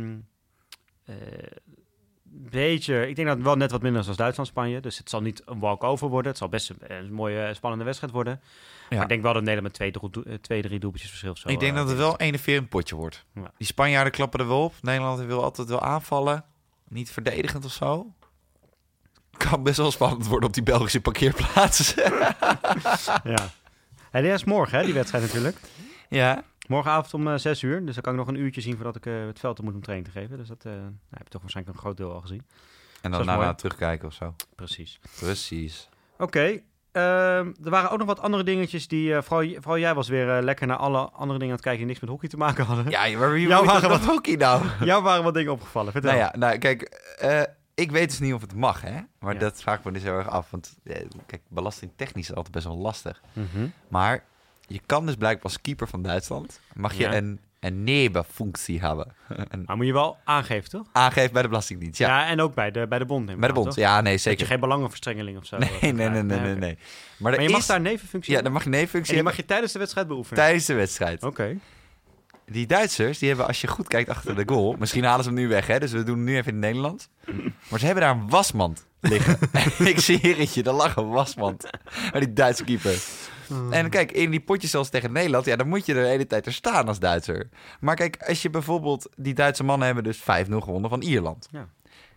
ik denk dat het wel net wat minder is als Duitsland-Spanje. Dus het zal niet een walk-over worden. Het zal best een mooie, spannende wedstrijd worden. Ja. Maar ik denk wel dat Nederland met 2-3 doelpuntjes verschil of zo. Ik denk dat het wel een enerverend potje wordt. Ja. Die Spanjaarden klappen er wel op. Nederland wil altijd wel aanvallen. Niet verdedigend of zo. Kan best wel spannend worden op die Belgische parkeerplaats. Ja. En die is morgen, hè, die wedstrijd natuurlijk. Ja. Morgenavond om 6 uur. Dus dan kan ik nog een uurtje zien voordat ik het veld op moet om training te geven. Dus dat heb je toch waarschijnlijk een groot deel al gezien. En dan daarna terugkijken of zo. Precies. Oké. Er waren ook nog wat andere dingetjes die... vooral jij was weer lekker naar alle andere dingen aan het kijken die niks met hockey te maken hadden. Ja, maar wie waren wat hockey nou? Jou waren wat dingen opgevallen. Vertel. Kijk... ik weet dus niet of het mag, hè? Maar dat vraag ik me dus heel erg af. Want kijk, belastingtechnisch is altijd best wel lastig. Mm-hmm. Maar je kan dus blijkbaar als keeper van Duitsland... mag je een nebenfunctie hebben. Maar moet je wel aangeven, toch? Aangeven bij de Belastingdienst, ja. Ja, en ook bij de bond. Bij de bond, toch? Ja, nee, zeker. Dat je geen belangenverstrengeling of zo... Nee. Maar je mag daar nevenfunctie Ja, dan mag je nevenfunctie en die mag je tijdens de wedstrijd beoefenen? Tijdens de wedstrijd. Oké. Die Duitsers, die hebben, als je goed kijkt achter de goal... misschien halen ze hem nu weg, hè? Dus we doen het nu even in het Nederlands. Maar ze hebben daar een wasmand liggen. Ik zie het je, daar lag een wasmand. Bij die Duitse keeper. En kijk, in die potjes zoals tegen Nederland... ja, dan moet je er de hele tijd er staan als Duitser. Maar kijk, als je bijvoorbeeld... die Duitse mannen hebben dus 5-0 gewonnen van Ierland. Ja.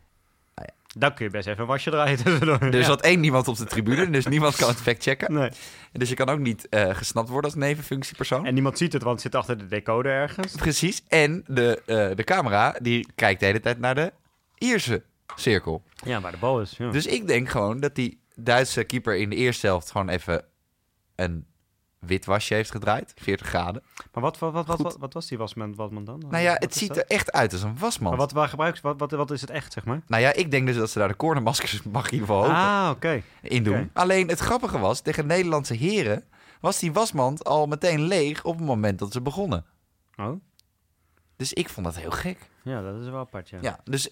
Dan kun je best even een wasje draaien tussendoor. Er zat 1 niemand op de tribune, dus niemand kan het factchecken. Nee. Dus je kan ook niet gesnapt worden als nevenfunctiepersoon. En niemand ziet het, want het zit achter de decoder ergens. Precies. En de camera, die kijkt de hele tijd naar de Ierse cirkel. Ja, waar de bal is. Ja. Dus ik denk gewoon dat die Duitse keeper in de eerste helft gewoon even een wit wasje heeft gedraaid. 40 graden. Maar wat was die wasman dan? Nou ja, het ziet er echt uit als een wasmand. Maar waar gebruiken ze? Wat is het echt, zeg maar? Nou ja, ik denk dus dat ze daar de cornermaskers mag in ieder geval in doen. Okay. Alleen het grappige was, tegen Nederlandse heren was die wasmand al meteen leeg op het moment dat ze begonnen. Oh. Dus ik vond dat heel gek. Ja, dat is wel apart, ja. Ja, dus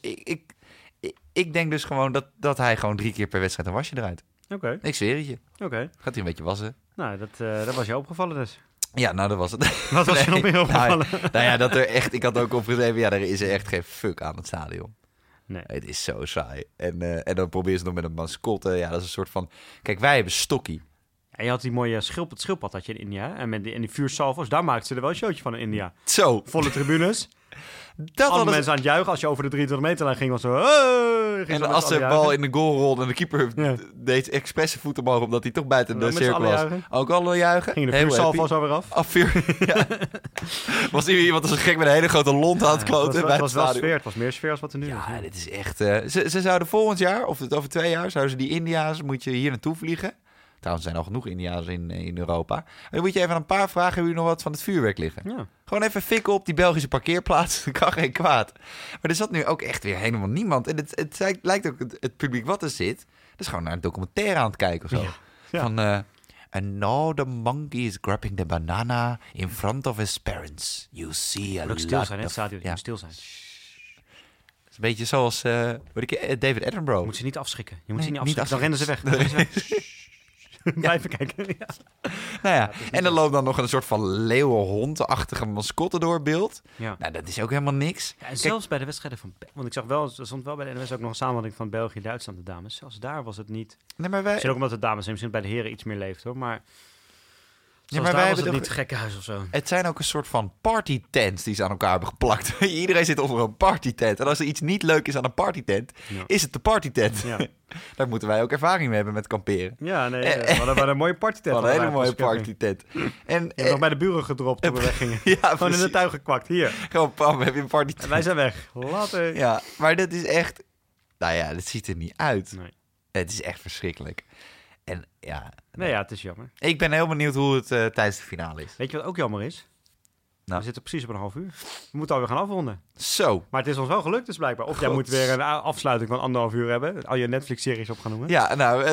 ik denk dus gewoon dat hij gewoon 3 keer per wedstrijd een wasje draait. Oké. Ik zweer het je. Oké. Gaat hij een beetje wassen. Nou, dat was je opgevallen dus. Ja, nou, dat was het. Wat was je nog meer opgevallen? Nou ja, dat er echt... Ik had ook opgeschreven, ja, er is er echt geen fuck aan het stadion. Nee. Het is zo saai. En dan proberen ze nog met een mascotte. Ja, dat is een soort van... Kijk, wij hebben Stokkie. En je had die mooie schildpad had je in India. En met die vuursalvo's, daar maakten ze er wel een showtje van in India. Zo. Volle tribunes. Alle mensen aan het juichen. Als je over de 23 meter lijn ging, was zo... en als de bal in de goal rolde en de keeper deed expres zijn voet omhoog... omdat hij toch buiten de cirkel was. Ook alle juichen. Gingen de vuursalvo's alweer af. Ja. Was hier iemand als een gek met een hele grote lont aan het kloten? Het was wel sfeer. Het was meer sfeer als wat er nu is. Ja, dit is echt... Ze zouden volgend jaar, of over 2 jaar... zouden ze die India's, moet je hier naartoe vliegen... Trouwens, er zijn al genoeg India's in Europa. En dan moet je even een paar vragen... hebben jullie nog wat van het vuurwerk liggen? Ja. Gewoon even fikken op die Belgische parkeerplaats. Dat kan geen kwaad. Maar er zat nu ook echt weer helemaal niemand. En het lijkt ook het publiek wat er zit... dat is gewoon naar een documentaire aan het kijken of zo. Ja. Van... And now the monkey is grabbing the banana... in front of his parents. You see a lot stil zijn, het stadion. Ja. Stil zijn. Het is een beetje zoals David Attenborough. Je moet ze niet afschrikken. Je moet ze niet afschrikken. Dan rennen ze weg. Blijven kijken. Ja. Nou ja, en er loopt dan nog een soort van leeuwenhondachtige mascotte door beeld. Ja. Nou, dat is ook helemaal niks. Ja, en zelfs bij de wedstrijden van... Want ik zag wel, er stond wel bij de NOS ook nog een samenvatting van België-Duitsland, de dames. Zelfs daar was het niet... Nee, maar wij... Misschien ook omdat de dames misschien bij de heren iets meer leeft, hoor. Maar Maar wij hebben het niet gekkenhuis of zo. Het zijn ook een soort van partytents die ze aan elkaar hebben geplakt. Iedereen zit over een partytent. En als er iets niet leuk is aan een partytent, is het de partytent. Ja. Daar moeten wij ook ervaring mee hebben met kamperen. Ja, nee, we hadden een mooie partytent. Een hele mooie partytent. En nog bij de buren gedropt toen we weggingen. Gewoon in de tuin gekwakt. Hier. Gewoon, pam, heb je een partytent. En wij zijn weg. Later. Ja, maar dat is echt... Nou ja, dat ziet er niet uit. Nee. Het is echt verschrikkelijk. En ja... Nee, ja, het is jammer. Ik ben heel benieuwd hoe het tijdens de finale is. Weet je wat ook jammer is? Nou. We zitten precies op een half uur. We moeten alweer gaan afronden. Zo. Maar het is ons wel gelukt dus blijkbaar. Of jij moet weer een afsluiting van 1,5 uur hebben. Al je Netflix-series op gaan noemen. Ja, nou...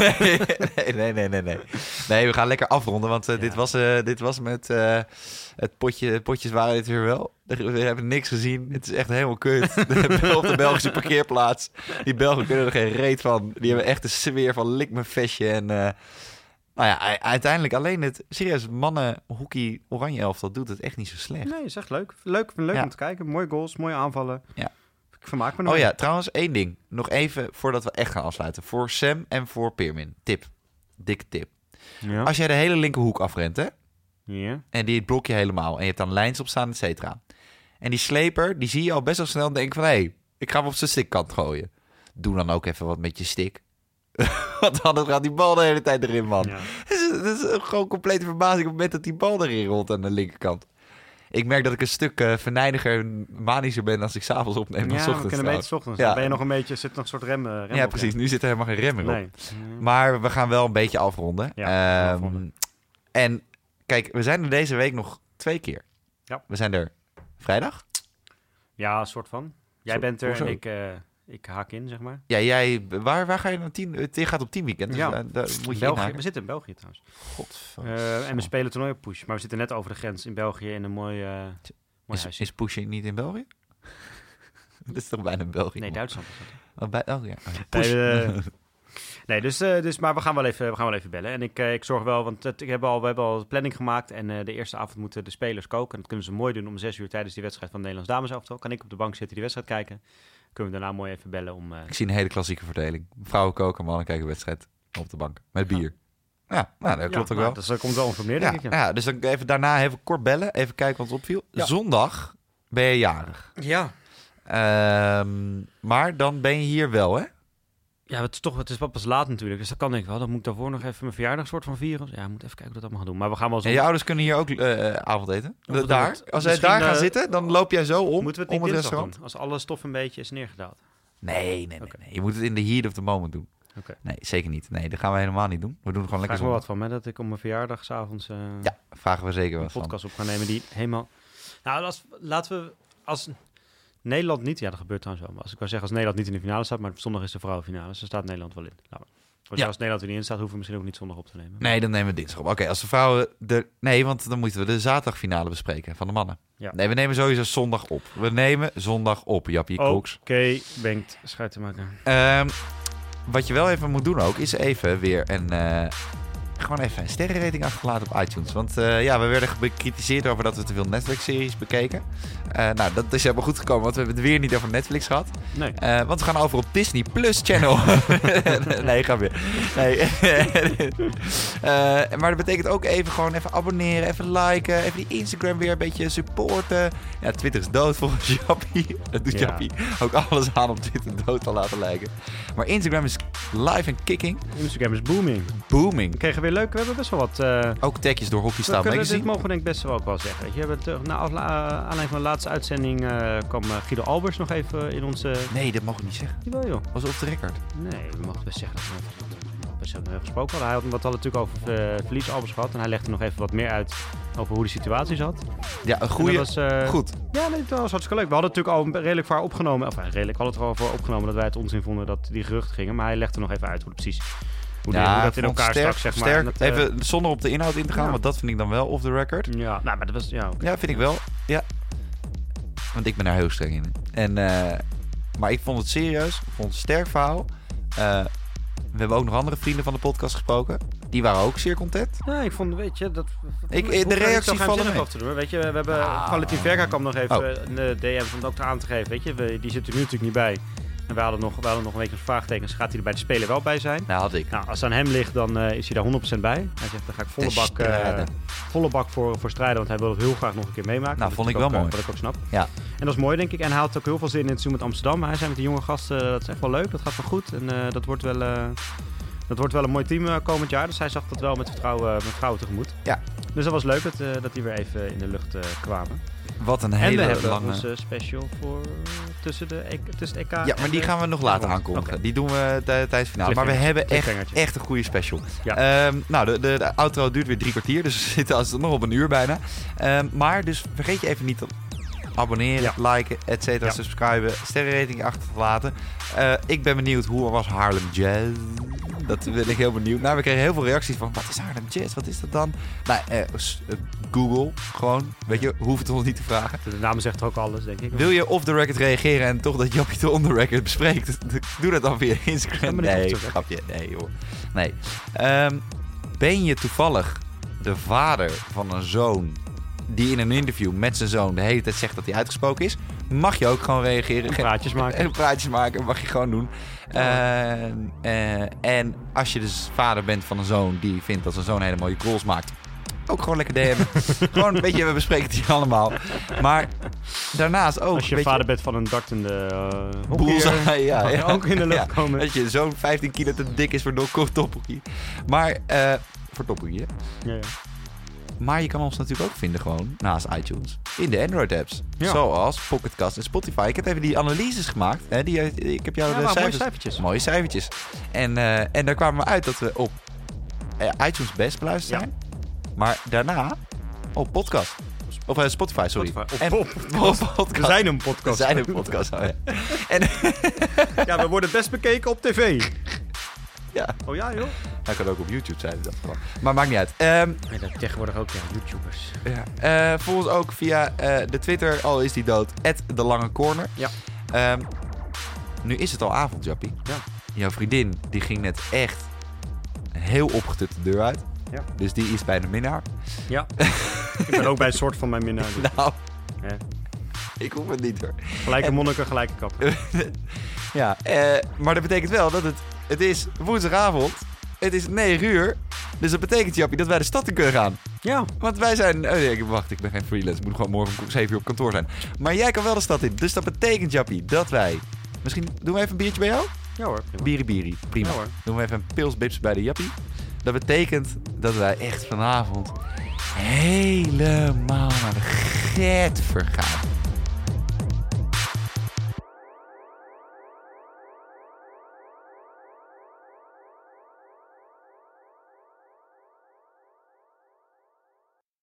Nee, we gaan lekker afronden. Want dit was met... Het potjes waren dit weer wel. We hebben niks gezien. Het is echt helemaal kut. Op de Belgische parkeerplaats. Die Belgen kunnen er geen reet van. Die hebben echt de sfeer van lik mijn vestje. En nou ja, uiteindelijk alleen het serieus mannen hockey oranje elftal doet het echt niet zo slecht. Nee, is echt leuk. Leuk om te kijken. Mooie goals, mooie aanvallen. Ja. Ik vermaak me nog. Oh ja, trouwens één ding. Nog even voordat we echt gaan afsluiten. Voor Sam en voor Peermin. Tip. Dikke tip. Ja. Als jij de hele linkerhoek afrent, hè? Ja. En die blok je helemaal. En je hebt dan lijns op staan, et cetera. En die sleper, die zie je al best wel snel en denken van... hé, ik ga hem op zijn stickkant gooien. Doe dan ook even wat met je stick. Want anders gaat die bal de hele tijd erin, man. Ja. Dat is gewoon complete verbazing op het moment dat die bal erin rolt aan de linkerkant. Ik merk dat ik een stuk venijniger, manischer ben als ik 's avonds opneem dan 's ochtends. Ja, we kunnen beter 's ochtends. Ja. Dan ben je nog een beetje, zit nog een soort rem ja, precies. Nu zit er helemaal geen rem meer op. Maar we gaan wel een beetje afronden. Ja, en kijk, we zijn er deze week nog 2 keer. Ja. We zijn er vrijdag. Ja, een soort van. Jij bent er en ik haak in, zeg maar. Ja, jij... Waar ga je dan 10... Je gaat op teamweekend, dus daar moet je België. We zitten in België trouwens. En we spelen toernooi op Push. Maar we zitten net over de grens in België in een mooi huis. Is Push niet in België? Dat is toch bijna België? Nee, Duitsland is dat. Oh ja. Push. Nee, dus maar we gaan wel even bellen. En ik zorg wel, want we hebben al planning gemaakt. En de eerste avond moeten de spelers koken. En dat kunnen ze mooi doen om 6 uur tijdens die wedstrijd van het Nederlands dameselftal. Kan ik op de bank zitten die wedstrijd kijken. Kunnen we daarna mooi even bellen om... Ik zie een hele klassieke verdeling. Vrouwen koken, mannen kijken wedstrijd op de bank. Met bier. Ja, nou, dat klopt ook wel. Dus dat komt wel ongeveer neer, denk ik. Ja, dus dan even daarna even kort bellen. Even kijken wat ons opviel. Ja. Zondag ben je jarig. Ja. Maar dan ben je hier wel, hè? Ja, het is wel pas laat natuurlijk, dus dat kan ik wel. Dan moet ik daarvoor nog even mijn verjaardagssoort van vieren. Ja, ik moet even kijken hoe we dat allemaal gaan doen. Maar we gaan wel zo... En je ouders kunnen hier ook avondeten? Daar? Als zij daar gaan zitten, dan loop jij zo om moeten we het restaurant doen, als alle stof een beetje is neergedaald? Nee. Je moet het in de heat of the moment doen. Okay. Nee, zeker niet. Nee, dat gaan we helemaal niet doen. We doen gewoon lekker zo. Vraag me wat van, dat ik om mijn verjaardag 's avonds... ja, vragen we zeker wat van. Een podcast op gaan nemen die helemaal... Nou, laten we... Als Nederland niet... Ja, dat gebeurt trouwens wel. Maar als ik wil zeggen, als Nederland niet in de finale staat... maar zondag is de vrouwenfinale, dus dan staat Nederland wel in. Nou, als Nederland er niet in staat, hoeven we misschien ook niet zondag op te nemen. Nee, dan nemen we dinsdag op. Oké, als de vrouwen... Nee, want dan moeten we de zaterdagfinale bespreken van de mannen. Ja. Nee, we nemen sowieso zondag op. We nemen zondag op, Jappie Koks. Oké, Bengt, schuit te maken. Wat je wel even moet doen ook, is even weer gewoon even een sterrenrating achterlaten op iTunes. Want we werden bekritiseerd over dat we te veel Netflix-series bekeken. Nou, dat is helemaal goed gekomen, want we hebben het weer niet over Netflix gehad. Nee. Want we gaan over op Disney Plus Channel. Nee, ga weer. Nee. Maar dat betekent ook even abonneren, even liken, even die Instagram weer een beetje supporten. Ja, Twitter is dood volgens Jappie. Dat doet Jappie ook alles aan om Twitter dood te laten lijken. Maar Instagram is live en kicking. Instagram is booming. Booming. We kregen weer leuk. We hebben best wel wat... ook tagjes door Hockey Style Magazine. Dit mogen we denk ik best wel ook wel zeggen. Weet je, we hebben na aanleiding van de laatste uitzending kwam Guido Albers nog even in onze... Nee, dat mogen we niet zeggen. Jawel, joh. Was het op de record? Nee, we mogen best zeggen dat we best wel gesproken hadden. Hij had natuurlijk over verlies Albers gehad. En hij legde nog even wat meer uit over hoe de situatie zat. Ja, een goede... goed. Ja, nee, dat was hartstikke leuk. We hadden natuurlijk al redelijk voor opgenomen. Of redelijk, we hadden het er al voor opgenomen dat wij het onzin vonden dat die geruchten gingen. Maar hij legde nog even uit hoe het precies... Hoe dat in elkaar straks, zeg maar. Sterk, even zonder op de inhoud in te gaan, want dat vind ik dan wel off the record. Ja, nou, maar dat was... Ja, ja, vind ik wel. Ja. Want ik ben daar heel streng in. En, maar ik vond het serieus. Ik vond het een sterk verhaal. We hebben ook nog andere vrienden van de podcast gesproken. Die waren ook zeer content. Ja, ik vond, weet je, dat... de reacties vallen mee. Te doen, weet je, we hebben... Valentin Verga kwam nog even de DM van de dokter aan te geven, weet je. Die zit er nu natuurlijk niet bij. En we hadden nog een beetje als vraagtekens. Gaat hij er bij de Spelen wel bij zijn? Nou, had ik. Nou, als het aan hem ligt, dan is hij daar 100% bij. Hij zegt, dan ga ik volle bak voor strijden. Want hij wil het heel graag nog een keer meemaken. Nou, vond ik wel mooi. Wat ik ook snap. Ja. En dat is mooi, denk ik. En hij had ook heel veel zin in het seizoen met Amsterdam. Hij zei met de jonge gasten, dat is echt wel leuk. Dat gaat wel goed. En dat wordt wel een mooi team komend jaar. Dus hij zag dat wel met vertrouwen tegemoet. Ja. Dus dat was leuk dat die weer even in de lucht kwamen. Wat een hele lange... En we hebben onze special voor tussen het EK. Ja, maar die gaan we nog later aankondigen. Okay. Die doen we tijdens het finale. Maar we hebben echt een goede special. Ja. De outro duurt weer 3 kwartier. Dus we zitten nog op een uur bijna. Maar dus vergeet je even niet te abonneren, liken, et cetera, subscriben, sterrenrating achter te laten. Ik ben benieuwd, hoe was Haarlem Jazz? Dat ben ik heel benieuwd. Nou, we kregen heel veel reacties van, wat is Haarlem Jazz? Wat is dat dan? Nou, Google, gewoon. Weet je, hoeft het ons niet te vragen. De naam zegt ook alles, denk ik. Wil je off the record reageren en toch dat Jappie de on the record bespreekt? Doe dat dan via Instagram. Nee, grapje. Nee, joh. Nee. Ben je toevallig de vader van een zoon die in een interview met zijn zoon de hele tijd zegt dat hij uitgesproken is, mag je ook gewoon reageren. En praatjes maken. En praatjes maken, mag je gewoon doen. En als je dus vader bent van een zoon die vindt dat zijn zoon hele mooie calls maakt, ook gewoon lekker DM'en. Gewoon een beetje, we bespreken het hier allemaal. Maar daarnaast ook... Als je vader bent van een dartende boelzaai, ja. Ook in de lucht komen. Dat je zo'n 15 kilo te dik is voor tophoekie. Maar, voor tophoekie, hè? Ja. Maar je kan ons natuurlijk ook vinden gewoon, naast iTunes, in de Android-apps. Ja. Zoals Pocket Cast en Spotify. Ik heb even die analyses gemaakt. Hè? Ik heb jou de cijfertjes. Mooie cijfertjes. En daar kwamen we uit dat we op iTunes best beluisterd zijn. Maar daarna op podcast. Of Spotify, sorry. Podcast. We zijn een podcast. Oh, ja. Ja, we worden best bekeken op tv. Ja. Oh ja, joh. Hij kan ook op YouTube zijn. Dat gewoon. Maar maakt niet uit. Tegenwoordig ook, YouTubers. Ja. Volg ons ook via de Twitter, al is die dood, @delangecorner. Ja. Nu is het al avond, Jappie. Ja. Jouw vriendin, die ging net echt heel opgetut de deur uit. Ja. Dus die is bij de minnaar. Ja. Ik ben ook bij een soort van mijn minnaar. Nou, ik hoef het niet hoor. Gelijke monniken, gelijke kappen. Ja, maar dat betekent wel dat het is woensdagavond. Het is 9 uur. Dus dat betekent, Jappie, dat wij de stad in kunnen gaan. Ja. Want wij zijn... wacht, ik ben geen freelance. Ik moet gewoon morgen om 7 uur op kantoor zijn. Maar jij kan wel de stad in. Dus dat betekent, Jappie, dat wij... Misschien doen we even een biertje bij jou? Ja hoor. Biri. Prima. Ja, hoor. Doen we even een pilsbips bij de Jappie. Dat betekent dat wij echt vanavond helemaal naar de get vergaan.